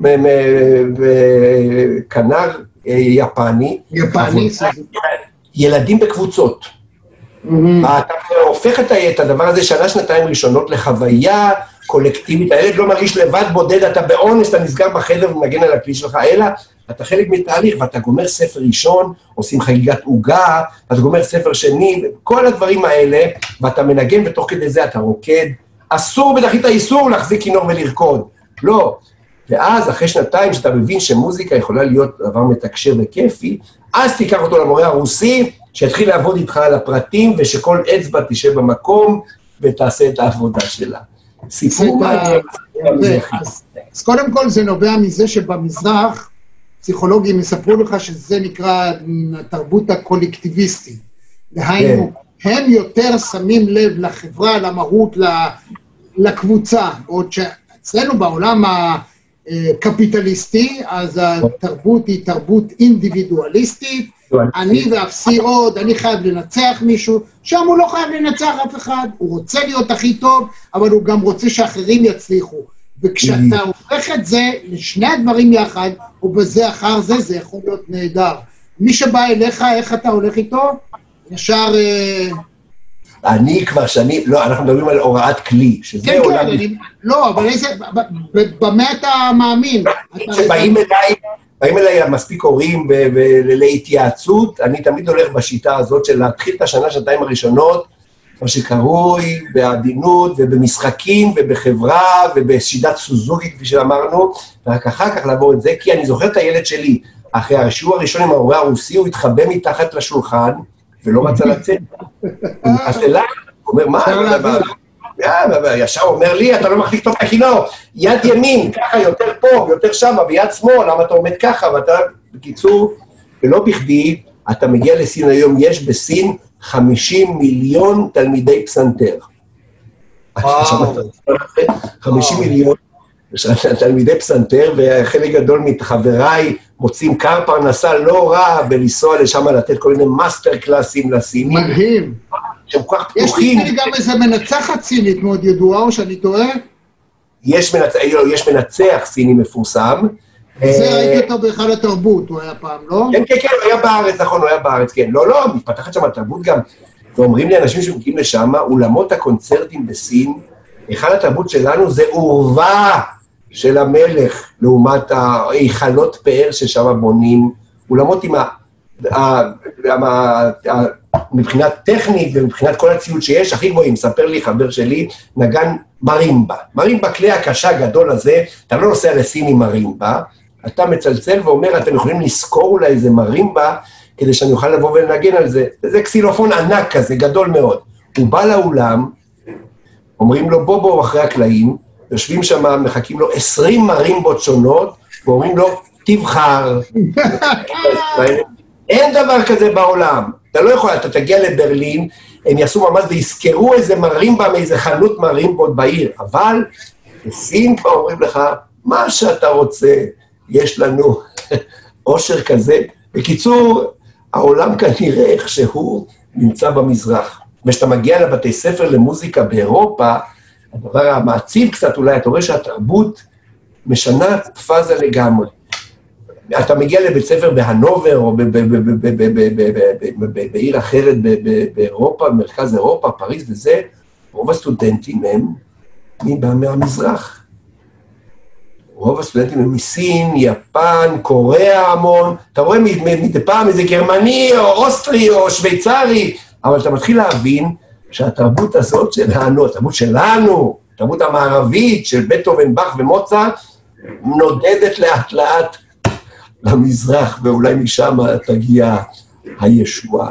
כנר יפני, יפני, ילדים בקבוצות. אתה הופך את הדבר הזה שנה, שנתיים ראשונות לחוויה קולקטיבית, הילד לא מרגיש לבד בודד, אתה באונס, אתה נסגר בחדר ומנגן על הכלי שלך, אלא אתה חלק מתהליך, ואתה גומר ספר ראשון, עושים חגיגת עוגה, אתה גומר ספר שני, כל הדברים האלה, ואתה מנגן, ותוך כדי זה אתה רוקד, אסור בדחית האיסור להחזיק כינור ולרקוד, לא. ואז אחרי שנתיים שאתה מבין שמוזיקה יכולה להיות דבר מתקשר וכיפי, אז תיקח אותו למורה הרוסי, שיתחיל לעבוד איתך על הפרטים, ושכל אצבע תשב במקום, ותעשה את העבודה שלה. סיפור מעניין. אז קודם כל זה נובע מזה שבמזרח, פסיכולוגים יספרו לך שזה נקרא התרבות הקולקטיביסטית. דהיינו, הם יותר שמים לב לחברה, למהות, לקבוצה, עוד שאצלנו בעולם הקפיטליסטי, אז התרבות היא תרבות אינדיבידואליסטית, אני ואפסי עוד, אני חייב לנצח מישהו, שם הוא לא חייב לנצח אף אחד, הוא רוצה להיות הכי טוב, אבל הוא גם רוצה שאחרים יצליחו. וכשאתה הופך את זה לשני הדברים יחד, או בזה אחר זה, זה יכול להיות נהדר. מי שבא אליך, איך אתה הולך איתו? ישר... אני כבר שאני, לא, אנחנו מדברים על הוראת כלי, שזה כן, כן, אני, לא, אבל איזה, במה אתה מאמין? שבאים אליי, באים אליי מספיק הורים להתייעצות, אני תמיד הולך בשיטה הזאת של להתחיל את השנה, שנתיים הראשונות, מה שקרוי בעדינות ובמשחקים ובחברה ובשיטת סוזוקי, כפי שאמרנו, ורק אחר כך לעבור את זה, כי אני זוכר את הילד שלי, אחרי השיעור הראשון עם ההורה הרוסי, הוא התחבא מתחת לשולחן, ולא רצה לצאת. הוא נכנס אליי, הוא אומר, מה? ישר אומר לי, אתה לא מחליק טוב את הכינור, יד ימין, ככה יותר פה, יותר שם, ויד שמאל, למה אתה עומד ככה, ואתה, בקיצור, ולא בכדי, אתה מגיע לסין היום, יש בסין חמישים מיליון תלמידי פסנתר. חמישים מיליון תלמידי פסנתר, וחלק גדול מחבריי מוצאים קר פרנסה לא רע בלנסוע לשם לתת כל מיני מאסטר קלאסים לסינים. מדהים. שהם כל כך פתוחים. יש לי גם איזה מנצחת סינית מאוד ידועה, או שאני טועה? יש מנצח, יש מנצח סיני מפורסם, זה ראיתי אותו באחד התרבות, הוא היה פעם, לא? כן, כן, כן, הוא היה בארץ, נכון, הוא היה בארץ, כן. לא, לא, מתפתחת שם התרבות גם, ואומרים לי אנשים שמגיעים לשם, אולמות הקונצרטים בסין, אחד התרבות שלנו זה עורבה של המלך, לעומת ההיכלות פאר ששם בונים, אולמות עם ה... מבחינת טכנית ומבחינת כל הציוד שיש, הכי גבוהים, ספר לי חבר שלי, נגן מרימבה. מרימבה, כלי הקשה הגדול הזה, אתה לא נוסע לסין עם מרימבה, אתה מצלצל ואומר, אתם יכולים לזכור אולי איזה מרימבה, כדי שאני אוכל לבוא ולנגן על זה. זה קסילופון ענק כזה, גדול מאוד. הוא בא לאולם, אומרים לו, בוא בוא אחרי הקלעים, יושבים שם, מחכים לו עשרים מרימבות שונות, ואומרים לו, תבחר. אין דבר כזה בעולם. אתה לא יכול, אתה תגיע לברלין, הם יעשו ממש ויזכרו איזה מרימבה מאיזה חנות מרימבות בעיר, אבל בסין כבר אומרים לך, מה שאתה רוצה, יש לנו אושר כזה. בקיצור, העולם כנראה איכשהו נמצא במזרח. וכשאתה מגיע לבתי ספר למוזיקה באירופה, הדבר המעציב קצת אולי, אתה רואה שהתרבות משנה פאזה לגמרי. אתה מגיע לבית ספר בהנובר, או בעיר אחרת באירופה, במרכז אירופה, פריז וזה, רוב הסטודנטים הם מהמזרח. רוב הסטודנטים הם מסין, יפן, קוריאה המון, אתה רואה מדי פעם איזה גרמני, או אוסטרי, או שוויצרי, אבל אתה מתחיל להבין שהתרבות הזאת שלנו, התרבות שלנו, התרבות המערבית של בטהובן, באך ומוצרט, נודדת לאט לאט למזרח, ואולי משם תגיע הישועה.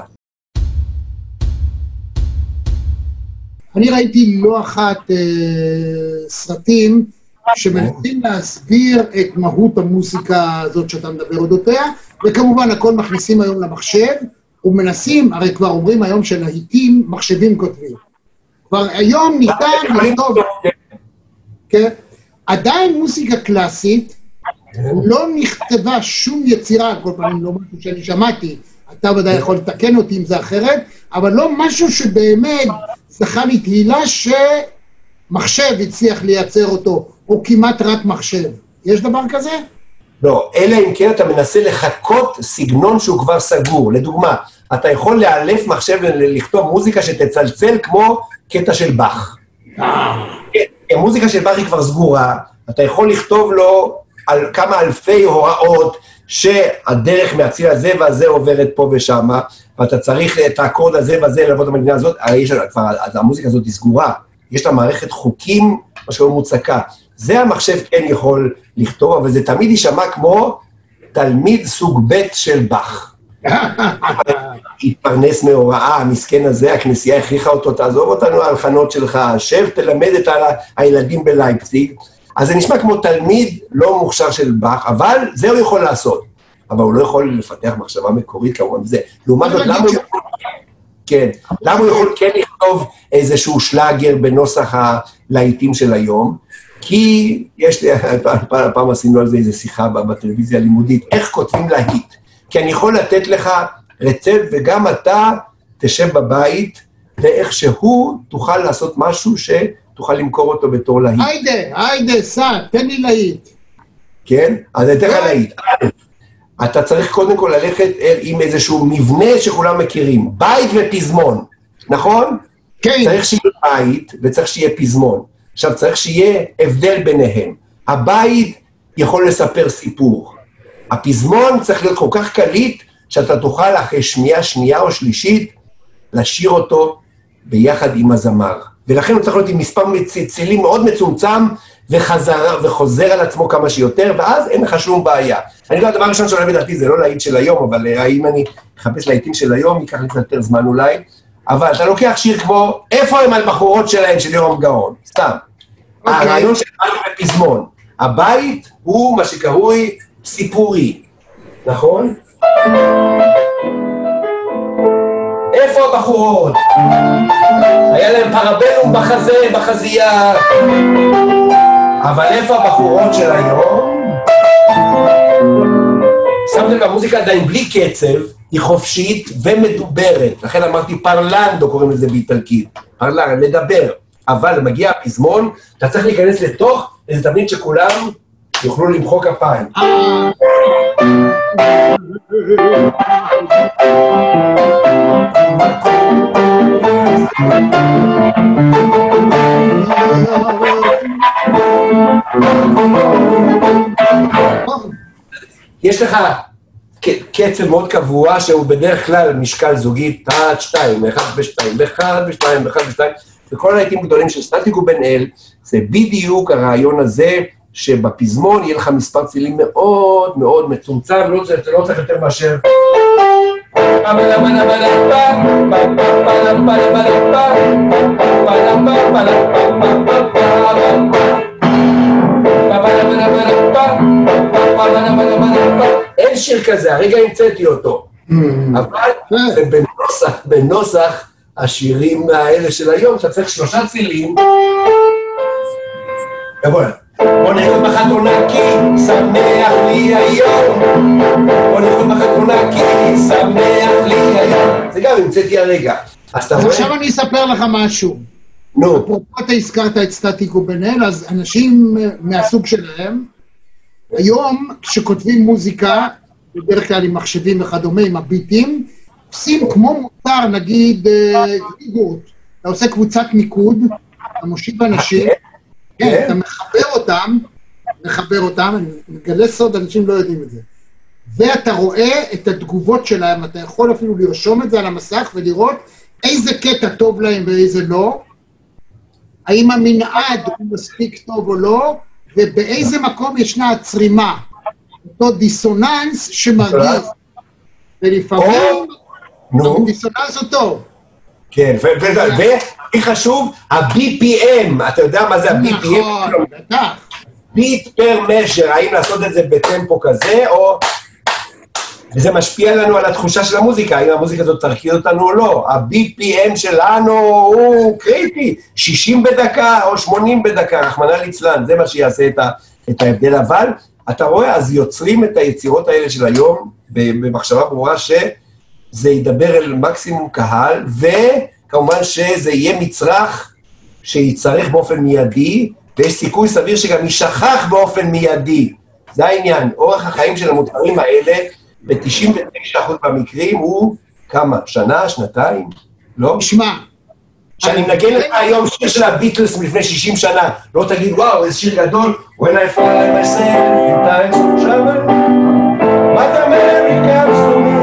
אני ראיתי לא אחת אה, סרטים שמנסים להסביר את מהות המוסיקה הזאת שאתה מדבר אודותיה, וכמובן הכל מכניסים היום למחשב, ומנסים, הרי כבר אומרים היום שלהיטים מחשבים כותבים. כבר היום ניתן לכתוב, כן? עדיין מוסיקה קלאסית, לא נכתבה שום יצירה, כל פעמים לא משהו שאני שמעתי, אתה ודאי יכול לתקן אותי אם זה אחרת, אבל לא משהו שבאמת זכה לי תהילה שמחשב הצליח לייצר אותו, או כמעט רק מחשב. יש דבר כזה? לא, אלא אם כן אתה מנסה לחכות סגנון שהוא כבר סגור. לדוגמה, אתה יכול לאלף מחשב לכתוב מוזיקה שתצלצל כמו קטע של באך. המוזיקה של באך היא כבר סגורה, אתה יכול לכתוב לו על כמה אלפי הוראות שהדרך מהציר הזה והזה עוברת פה ושם, ואתה צריך את האקורד הזה והזה לעבוד במדינה הזאת, הרי יש כבר, אז המוזיקה הזאת היא סגורה, יש לה מערכת חוקים, מה שקוראים מוצקה. זה המחשב כן יכול לכתוב, אבל זה תמיד יישמע כמו תלמיד סוג ב' של באך. התפרנס מהוראה, המסכן הזה, הכנסייה הכריחה אותו, תעזוב אותנו ההלחנות שלך, שב, תלמד את הילדים בלייפציג, אז זה נשמע כמו תלמיד לא מוכשר של באך, אבל זה הוא יכול לעשות. אבל הוא לא יכול לפתח מחשבה מקורית כמובן בזה. לעומת זאת, למה הוא יכול... כן, למה הוא יכול כן לכתוב איזשהו שלאגר בנוסח הלהיטים של היום? כי יש לי, פעם עשינו על זה איזו שיחה בטלוויזיה הלימודית, איך כותבים להיט? כי אני יכול לתת לך רצפט, וגם אתה תשב בבית, ואיכשהו תוכל לעשות משהו ש... תוכל למכור אותו בתור להיט. היידה, היידה, סע, תן לי להיט. כן? אז אני אתן לך להיט. אתה צריך קודם כל ללכת עם איזשהו מבנה שכולם מכירים. בית ופזמון, נכון? כן. צריך שיהיה בית וצריך שיהיה פזמון. עכשיו צריך שיהיה הבדל ביניהם. הבית יכול לספר סיפור. הפזמון צריך להיות כל כך קליט, שאתה תוכל אחרי שנייה, שנייה או שלישית, לשיר אותו ביחד עם הזמר. ולכן הוא צריך להיות עם מספר צלילים מאוד מצומצם, וחזר, וחוזר על עצמו כמה שיותר, ואז אין לך שום בעיה. אני לא, הדבר הראשון שעולה בדעתי, זה לא להיט של היום, אבל האם אני אחפש להיטים של היום, ייקח לי קצת יותר זמן אולי, אבל אתה לוקח שיר כמו, איפה הם הבחורות שלהם של יורם גאון? סתם. Okay. הרעיון של בית ופזמון. הבית הוא מה שקרוי סיפורי, נכון? איפה הבחורות? היה להם פרבלום בחזה, בחזייה. אבל איפה הבחורות של היום? שמתם במוזיקה עדיין בלי קצב, היא חופשית ומדוברת. לכן אמרתי פרלנדו, קוראים לזה באיטלקית. פרלנדו, לדבר. אבל מגיע הפזמון, אתה צריך להיכנס לתוך איזה תבנית שכולם יוכלו למחוא כפיים. יש לך קצב מאוד קבוע שהוא בדרך כלל משקל זוגי, אחד, שתיים, אחד ושתיים, אחד ושתיים, אחד ושתיים, וכל הלהיטים גדולים של סטטיק ובן אל, זה בדיוק הרעיון הזה, שבפזמון יהיה לך מספר צילים מאוד מאוד מצומצם, לא צריך יותר מאשר... אין שיר כזה, הרגע המצאתי אותו, אבל זה בנוסח השירים האלה של היום, שאתה צריך שלושה צילים, בוא נראות בחתונה כי שמח לי היום, בוא נראות בחתונה כי שמח לי היום, זה גם המצאתי הרגע. אז עכשיו אני אספר לך משהו. נו. אפרופו אתה הזכרת את סטטיק ובן אל, אז אנשים מהסוג שלהם, היום כשכותבים מוזיקה, בדרך כלל עם מחשבים וכדומה, עם הביטים, עושים כמו מותר, נגיד, גיגות. אתה עושה קבוצת מיקוד, אתה מושיב אנשים, כן, אתה מחבר אותם, מחבר אותם, אני מגלה סוד, אנשים לא יודעים את זה. ואתה רואה את התגובות שלהם, אתה יכול אפילו לרשום את זה על המסך ולראות איזה קטע טוב להם ואיזה לא, האם המנעד הוא מספיק טוב או לא, ובאיזה מקום ישנה הצרימה, אותו דיסוננס שמרגיז, ולפעמים דיסוננס הוא טוב. כן, והכי חשוב, ה-בי פי אם, אתה יודע מה זה ה-בי פי אם? נכון, בטח. ביט פר מז'ר, האם לעשות את זה בטמפו כזה, או... וזה משפיע לנו על התחושה של המוזיקה, האם המוזיקה הזאת תרקיד אותנו או לא. ה-בי פי אם שלנו הוא קריטי, שישים בדקה או שמונים בדקה, רחמנא ליצלן, זה מה שיעשה את, ה, את ההבדל. אבל אתה רואה, אז יוצרים את היצירות האלה של היום, במחשבה ברורה שזה ידבר אל מקסימום קהל, וכמובן שזה יהיה מצרך שיצטרך באופן מיידי, ויש סיכוי סביר שגם יישכח באופן מיידי. זה העניין, אורך החיים של המוצרים האלה, ב-תשעים ותשע אחוז במקרים הוא כמה? שנה, שנתיים? לא? שמע. שאני מנגן לך היום שיר של הביטלס מלפני שישים שנה, לא תגיד, וואו, איזה שיר גדול, When I fall myself in times of trouble, Mother Mary comes to me,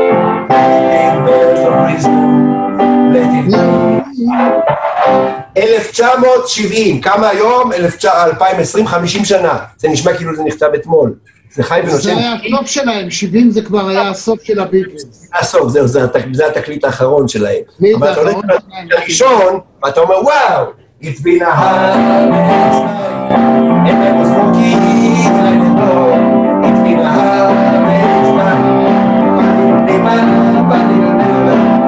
in birth of reason, let it go. אלף תשע מאות שבעים, כמה היום? אלפיים ועשרים, חמישים שנה. זה נשמע כאילו זה נכתב אתמול. זה חי ונושם. זה היה הסוף שלהם, שבעים זה כבר היה הסוף של הביטלס. זה הסוף, זהו, זה התקליט האחרון שלהם. אבל אתה הולך לתקליט הראשון, ואתה אומר, וואו, it's been a hard time, and I was walking like a dog, it's been a hard time,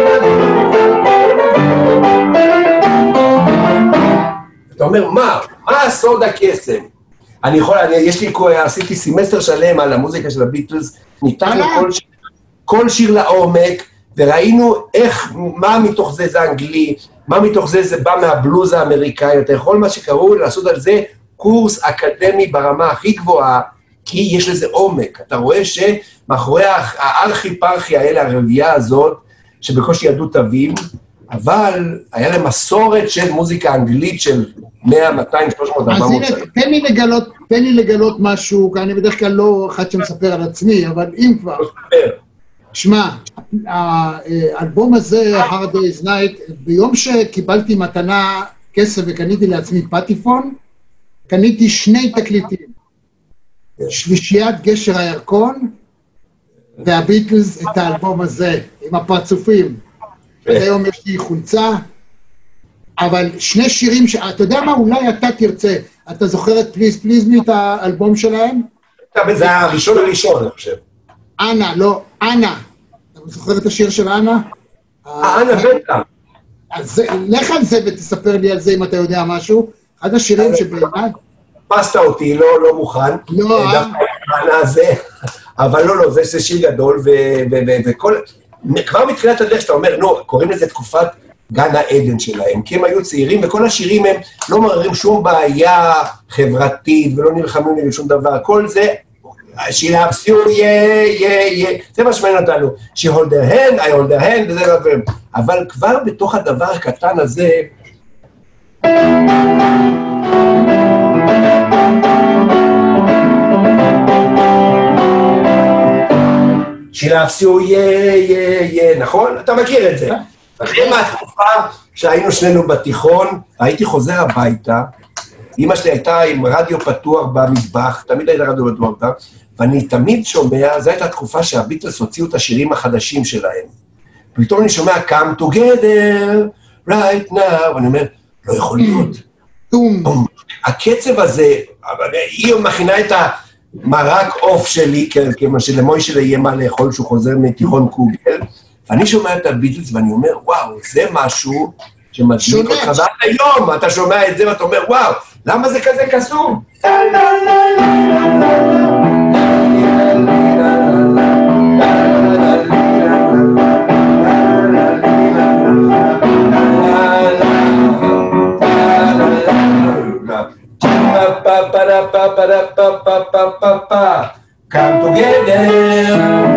אתה אומר, מה? מה הסוד הקסם? אני יכול, אני, יש לי, עשיתי סמסטר שלם על המוזיקה של הביטלס, ניתחנו כל שיר, כל שיר לעומק, וראינו איך, מה מתוך זה זה אנגלי, מה מתוך זה זה בא מהבלוז האמריקאי, אתה יכול מה שקראו לעשות על זה קורס אקדמי ברמה הכי גבוהה, כי יש לזה עומק. אתה רואה שמאחורי הארכי פרחי האלה, הרבייה הזאת, שבקושי ידעו תווים, אבל היה להם מסורת של מוזיקה אנגלית של מאה, מאתיים, שלוש מאות, ארבע מאות. אז הנה, תן לי לגלות, תן לי לגלות משהו, כי אני בדרך כלל לא אחד שמספר על עצמי, אבל אם כבר... שמע, האלבום הזה, Hard Day's Night, ביום שקיבלתי מתנה כסף וקניתי לעצמי פטיפון, קניתי שני תקליטים. שלישיית גשר הירקון, והביטלס את האלבום הזה, עם הפרצופים. היום יש לי חולצה, אבל שני שירים, ש... אתה יודע מה, אולי אתה תרצה, אתה זוכר את פליז פליז מי את האלבום שלהם? זה הראשון הראשון, אני חושב. אנה, לא, אנה. אתה זוכר את השיר של אנה? אנה בטח. אז לך על זה ותספר לי על זה אם אתה יודע משהו. אחד השירים שבעיניי... פסת אותי, לא, לא מוכן. לא, אה? אבל לא, לא, זה שיר גדול, וכל... כבר מתחילת הדרך שאתה אומר, נו, קוראים לזה תקופת גן העדן שלהם, כי הם היו צעירים, וכל השירים הם לא מעוררים שום בעיה חברתית, ולא נלחמים נגד שום דבר, כל זה, she loves you, yeah, yeah, yeah, זה מה שמעניין אותנו, she hold her hand, I hold her hand, וזה לא, אבל כבר בתוך הדבר הקטן הזה, she loves you, yeah, yeah, yeah, נכון? אתה מכיר את זה. אחרי מהתקופה שהיינו שנינו בתיכון, הייתי חוזר הביתה, אמא שלי הייתה עם רדיו פתוח במטבח, תמיד הייתה רדיו פתוח, ואני תמיד שומע, זו הייתה תקופה שהביטלס הוציאו את השירים החדשים שלהם. פתאום אני שומע, come together, right now, ואני אומר, לא יכול להיות. הקצב הזה, היא מכינה את המרק אוף שלי, כמו שלמוי שלה יהיה מה לאכול שהוא חוזר מתיכון קוגל, ואני שומע את הביטלס ואני אומר, וואו, זה משהו שמדליק אותך, ועד היום אתה שומע את זה ואתה אומר, וואו, למה זה כזה קסום? Come together.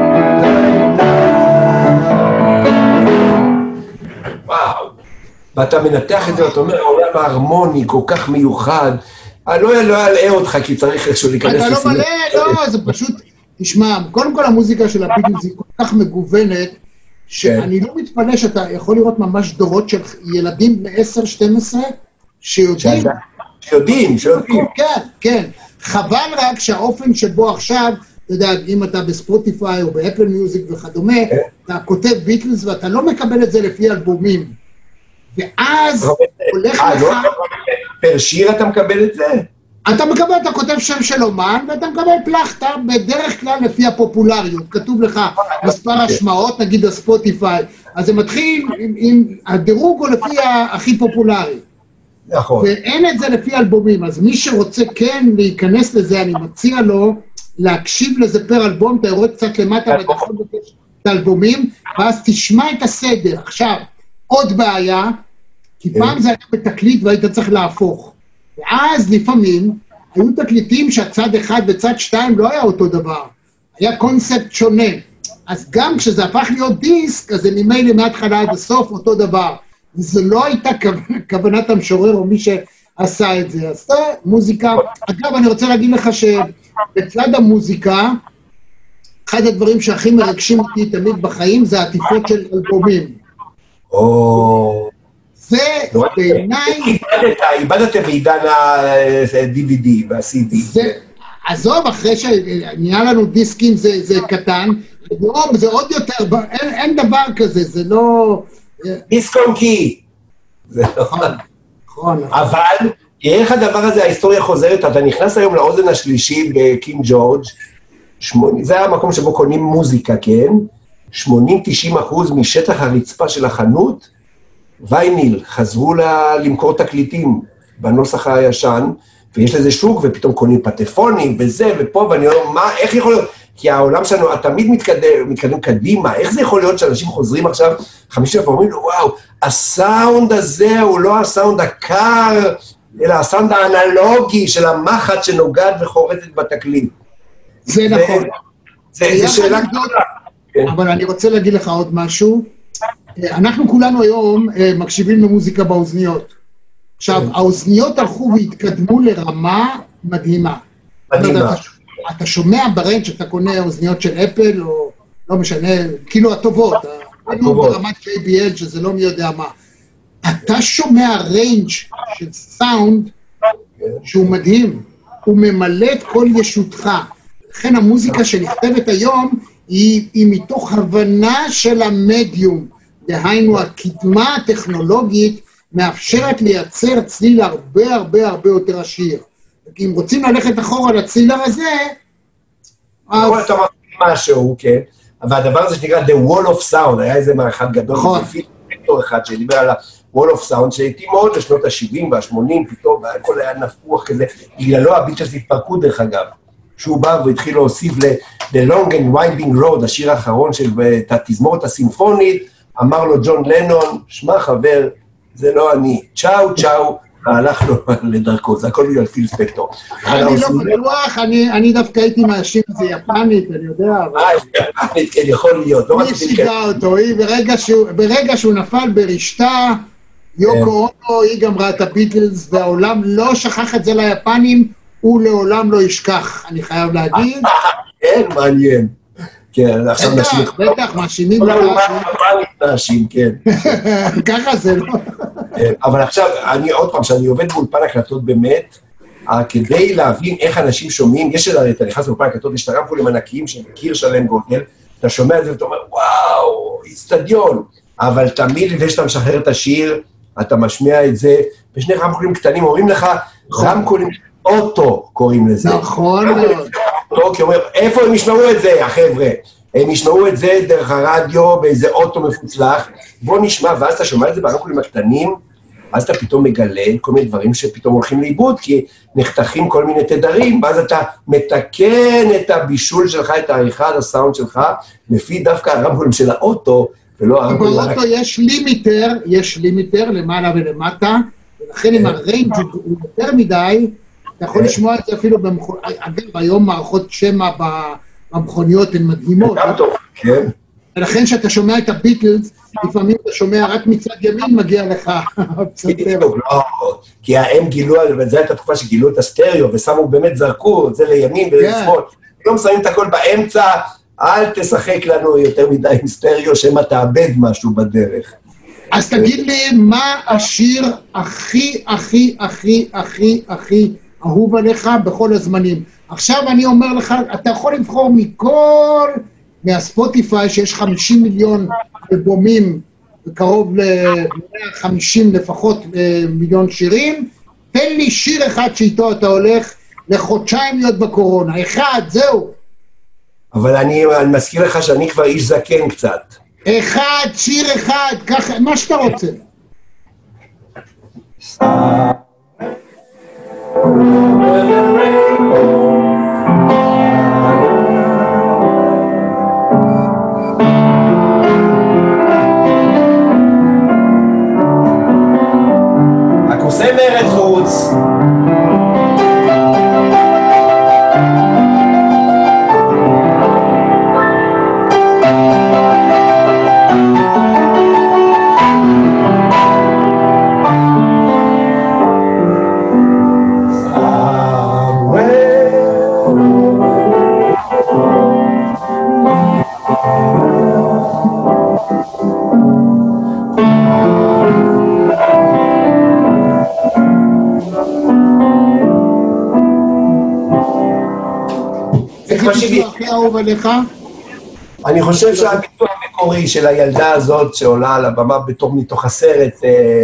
וואו. ואתה מנתח את זה, ואתה אומר, העולם ההרמוני כל כך מיוחד, אני לא אלאה אותך, כי צריך איכשהו להיכנס לסיום. אתה לא מלא, לא, זה פשוט, תשמע, קודם כל המוזיקה של הביטלס היא כל כך מגוונת, שאני לא מתפלא שאתה יכול לראות ממש דורות של ילדים ב-עשר שתים עשרה, שיודעים. שיודעים, שיודעים. כן, כן. חבל רק שהאופן שבו עכשיו, אתה יודע, אם אתה בספוטיפיי או באפל מיוזיק וכדומה, אתה כותב ביטלס ואתה לא מקבל את זה לפי אלבומים. ואז הולך לך... פר שיר אתה מקבל את זה? אתה מקבל, אתה כותב שם של אומן, ואתה מקבל פלחת בדרך כלל לפי הפופולריות. כתוב לך מספר השמעות, נגיד הספוטיפיי. אז זה מתחיל עם הדירוג או לפי הכי פופולרי. נכון. ואין את זה לפי אלבומים, אז מי שרוצה כן להיכנס לזה, אני מציע לו להקשיב לזה פר אלבום, אתה יורד קצת למטה ואתה יכול לבקש את האלבומים, ואז תשמע את הסדר. עכשיו, עוד בעיה, כי פעם זה היה בתקליט והיית צריך להפוך. ואז לפעמים היו תקליטים שהצד אחד וצד שתיים לא היה אותו דבר, היה קונספט שונה. אז גם כשזה הפך להיות דיסק, אז זה ממילא מההתחלה עד הסוף אותו דבר. זה לא הייתה כוונת המשורר או מי שעשה את זה. אז מוזיקה, אגב, אני רוצה להגיד לך שבצד המוזיקה, אחד הדברים שהכי מרגשים אותי תמיד בחיים, זה העטיפות של אלבומים. או... זה בעיניי... איבדתם בעידן ה-די וי די וה-סי די. עזוב, אחרי שנהיה לנו דיסקים זה קטן, זה עוד יותר, אין דבר כזה, זה לא... דיסק און קי. נכון. אבל, איך הדבר הזה, ההיסטוריה חוזרת, אתה נכנס היום לאוזן השלישי בקינג ג'ורג', זה המקום שבו קונים מוזיקה, כן? שמונים תשעים אחוז משטח הרצפה של החנות, וייניל, חזרו למכור תקליטים בנוסח הישן, ויש לזה שוק, ופתאום קונים פטפונים, וזה, ופה, ואני אומר, מה, איך יכול להיות? כי העולם שלנו תמיד מתקדם, מתקדם קדימה, איך זה יכול להיות שאנשים חוזרים עכשיו חמישים ואומרים לו, וואו, הסאונד הזה הוא לא הסאונד הקר, אלא הסאונד האנלוגי של המחט שנוגעת וחורטת בתקליט. זה נכון. זה שאלה גדולה. אבל אני רוצה להגיד לך עוד משהו. אנחנו כולנו היום מקשיבים למוזיקה באוזניות. עכשיו, האוזניות הלכו והתקדמו לרמה מדהימה. מדהימה. אתה שומע ברנץ' שאתה קונה אוזניות של אפל, או לא משנה, כאילו הטובות, הטובות. ברמת ג'יי בי אל, שזה לא מי יודע מה. אתה שומע ריינג' של סאונד שהוא מדהים, הוא ממלא את כל ישותך. לכן המוזיקה שנכתבת היום היא, היא מתוך הבנה של המדיום, דהיינו הקדמה הטכנולוגית מאפשרת לייצר צליל הרבה הרבה הרבה יותר עשיר. כי אם רוצים ללכת אחורה לצילר הזה, אז... יכול אתה מפעיל משהו, כן, אבל הדבר הזה שנקרא The Wall of Sound, היה איזה מערכת גדול, פיקטור אחד שדיבר על ה-Wall of Sound, שהייתי מאוד לשנות ה-שבעים וה-שמונים, פתאום, הכל היה נפוח כזה, בגללו הביטלס התפרקו דרך אגב, שהוא בא והתחיל להוסיף ל-The Long and Winding Road, השיר האחרון של התזמורת הסימפונית, אמר לו ג'ון לנון, שמע חבר, זה לא אני, צ'או צ'או, הלך לו לדרכו, זה הכל בגלל פיל ספקטור. אני לא בטוח, אני דווקא הייתי מאשים את זה יפנית, אני יודע. אה, יפנית, כן, יכול להיות. מי שיגע אותו, ברגע שהוא נפל ברשתה, יוקו אונו, היא גם ראה את הביטלס, והעולם לא שכח את זה ליפנים, הוא לעולם לא ישכח, אני חייב להגיד. כן, מעניין. כן, עכשיו נשים... בטח, מאשימים לך. כל העולם יפנית נאשים, כן. ככה זה לא. אבל עכשיו, אני עוד פעם, שאני עובד באולפן הקלטות באמת, כדי להבין איך אנשים שומעים, יש הרי, אתה נכנס באולפן הקלטות, יש את הרמקולים ענקיים של קיר שלם גודל, אתה שומע את זה ואתה אומר, וואו, איצטדיון, אבל תמיד לפני שאתה משחרר את השיר, אתה משמיע את זה, בשני רמקולים קטנים, אומרים לך, רמקולים אוטו קוראים לזה. נכון מאוד. כי אומר, איפה הם ישמעו את זה, החבר'ה? הם ישמעו את זה דרך הרדיו, באיזה אוטו מפוצלח, בוא נשמע, ואז אתה שומע את זה ברמקולים הקטנים, אז אתה פתאום מגלה כל מיני דברים שפתאום הולכים לאיבוד, כי נחתכים כל מיני תדרים, ואז אתה מתקן את הבישול שלך, את העריכה, את הסאונד שלך, לפי דווקא הרמקולים של האוטו, ולא הרמקולים... באוטו יש לימיטר, יש לימיטר למעלה ולמטה, ולכן אם הריינג' הוא יותר מדי, אתה יכול לשמוע את זה אפילו במכוניות, אגב, היום מערכות שמע במכוניות הן מדהימות. גם טוב, כן. ולכן שאתה שומע את הביטלס, לפעמים אתה שומע רק מצד ימין מגיע לך. בדיוק, לא, כי הם גילו, וזו הייתה תקופה שגילו את הסטריאו, ושמו באמת זרקו את זה לימין ולשמאל. לא שמים את הכל באמצע, אל תשחק לנו יותר מדי עם סטריאו, שמא תאבד משהו בדרך. אז תגיד לי, מה השיר הכי, הכי, הכי, הכי, הכי אהוב עליך בכל הזמנים? עכשיו אני אומר לך, אתה יכול לבחור מכל... מהספוטיפיי שיש חמישים מיליון אלבומים וקרוב ל-מאה וחמישים לפחות מיליון שירים, תן לי שיר אחד שאיתו אתה הולך לחודשיים להיות בקורונה. אחד, זהו. אבל אני, אני מזכיר לך שאני כבר איש זקן קצת. אחד, שיר אחד, ככה, מה שאתה רוצה. הקוסם מארץ חוץ. אני חושב שהביטוי המקורי של הילדה הזאת שעולה על הבמה בתור מתוך הסרט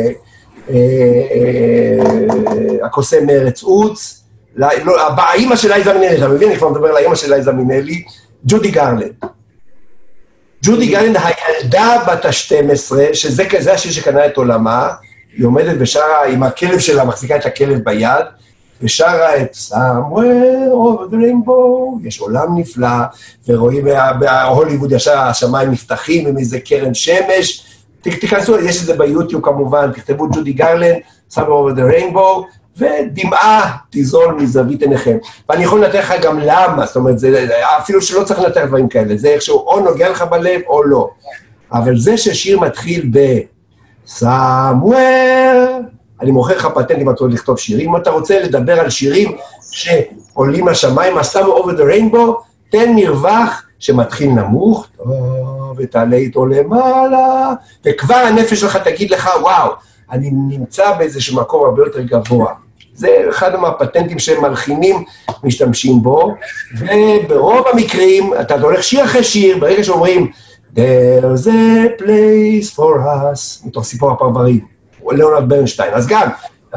הקוסם מארץ עוץ, האמא של לייזה מינלי, אתה מבין? אני כבר מדבר על האמא של לייזה מינלי, ג'ודי גרלנד. ג'ודי גרלנד, הילדה בת ה-שתים עשרה, שזה השיר שקנה את עולמה, היא עומדת ושרה עם הכלב שלה, מחזיקה את הכלב ביד, ושרה את Somewhere over the rainbow, יש עולם נפלא, ורואים בהוליווד ישר השמיים נפתחים עם איזה קרן שמש, תיכנסו, יש את זה ביוטיוב כמובן, תכתבו ג'ודי גרלנד, Somewhere over the rainbow, ודמעה תזול מזווית עיניכם. ואני יכול לנתח לך גם למה, זאת אומרת, זה, אפילו שלא צריך לנתח דברים כאלה, זה איכשהו או נוגע לך בלב או לא. אבל זה ששיר מתחיל ב... Somewhere... אני מוכר לך פטנט אם אתה רוצה לכתוב שירים, אם אתה רוצה לדבר על שירים שעולים לשמיים, Somewhere over the rainbow, תן מרווח שמתחיל נמוך, ותעלה איתו למעלה, וכבר הנפש שלך תגיד לך, וואו, אני נמצא באיזשהו מקום הרבה יותר גבוה. זה אחד מהפטנטים שהם מלחינים משתמשים בו, וברוב המקרים, אתה הולך שיר אחרי שיר, ברגע שאומרים, There's a place for us, מתוך סיפור הפרברים, ליאונרד ברנשטיין, אז גם,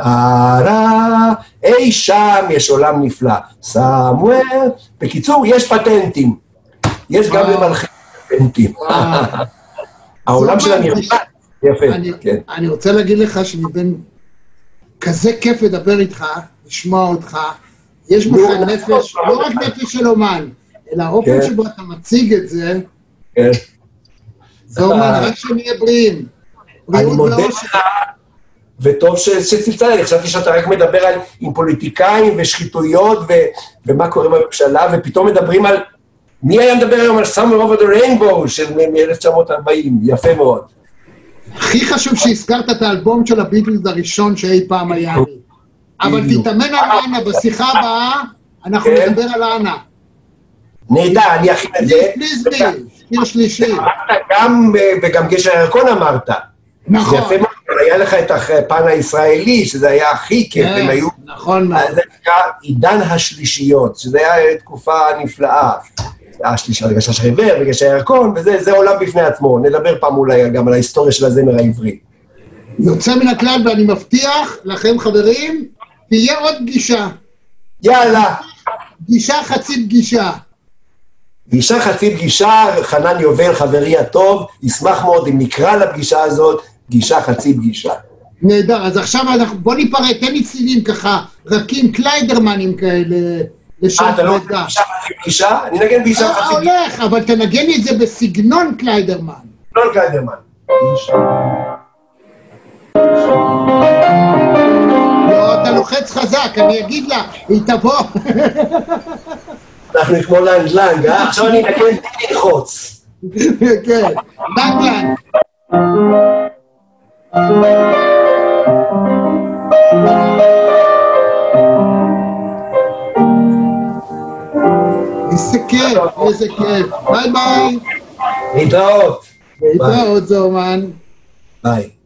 אי שם יש עולם נפלא, somewhere, בקיצור, יש פטנטים, יש גם למלחים פטנטים. העולם של הנרפא, יפה, כן. אני רוצה להגיד לך שמבין, כזה כיף לדבר איתך, לשמוע אותך, יש בך נפש, לא רק נפש של אומן, אלא האופן שבו אתה מציג את זה, זורמן, רק שנהיה בריאים. אני מודה לך, וטוב שצלצלת, אני חשבתי שאתה רק מדבר על, עם פוליטיקאים ושחיתויות ו, ומה קורה בממשלה, ופתאום מדברים על, מי היה מדבר היום על Summer Over the Rainbow של מ-אלף תשע מאות ארבעים, יפה מאוד. הכי חשוב שהזכרת את האלבום של הביטלס הראשון שאי פעם היה לי. אבל תתאמן על אנה, בשיחה הבאה אנחנו נדבר על אנה. נהדר, אני אכין את זה. פליז פליז, שיר שלישי. גם, וגם גשר הירקון אמרת. נכון. זה יפה מאוד, היה לך את הפן הישראלי, שזה היה הכי כיף, הם היו... נכון מאוד. זה נקרא עידן השלישיות, שזה היה תקופה נפלאה. השלישה, גשר חיוור וגשר הירקון, וזה עולם בפני עצמו. נדבר פעם אולי גם על ההיסטוריה של הזמר העברי. יוצא מן הכלל, ואני מבטיח לכם חברים, תהיה עוד פגישה. יאללה. פגישה חצי פגישה. פגישה חצי פגישה, חנן יובל, חברי הטוב, ישמח מאוד אם נקרא לפגישה הזאת, פגישה חצי פגישה. נהדר, אז עכשיו אנחנו, בוא ניפרד, תן לי צילים ככה, רכים קליידרמנים כאלה, לשם פרידה. אה, אתה לא רוצה פגישה חצי פגישה? אני נגן פגישה חצי פגישה. הולך, אבל תנגן לי את זה בסגנון קליידרמן. סגנון קליידרמן. לא, אתה לוחץ חזק, אני אגיד לה, היא תבוא. אנחנו כמו לנג לנג, אה? עכשיו אני אתקן ללחוץ. כן, לנג לנג. איזה כיף, איזה כיף. ביי ביי. להתראות. להתראות זורמן. ביי.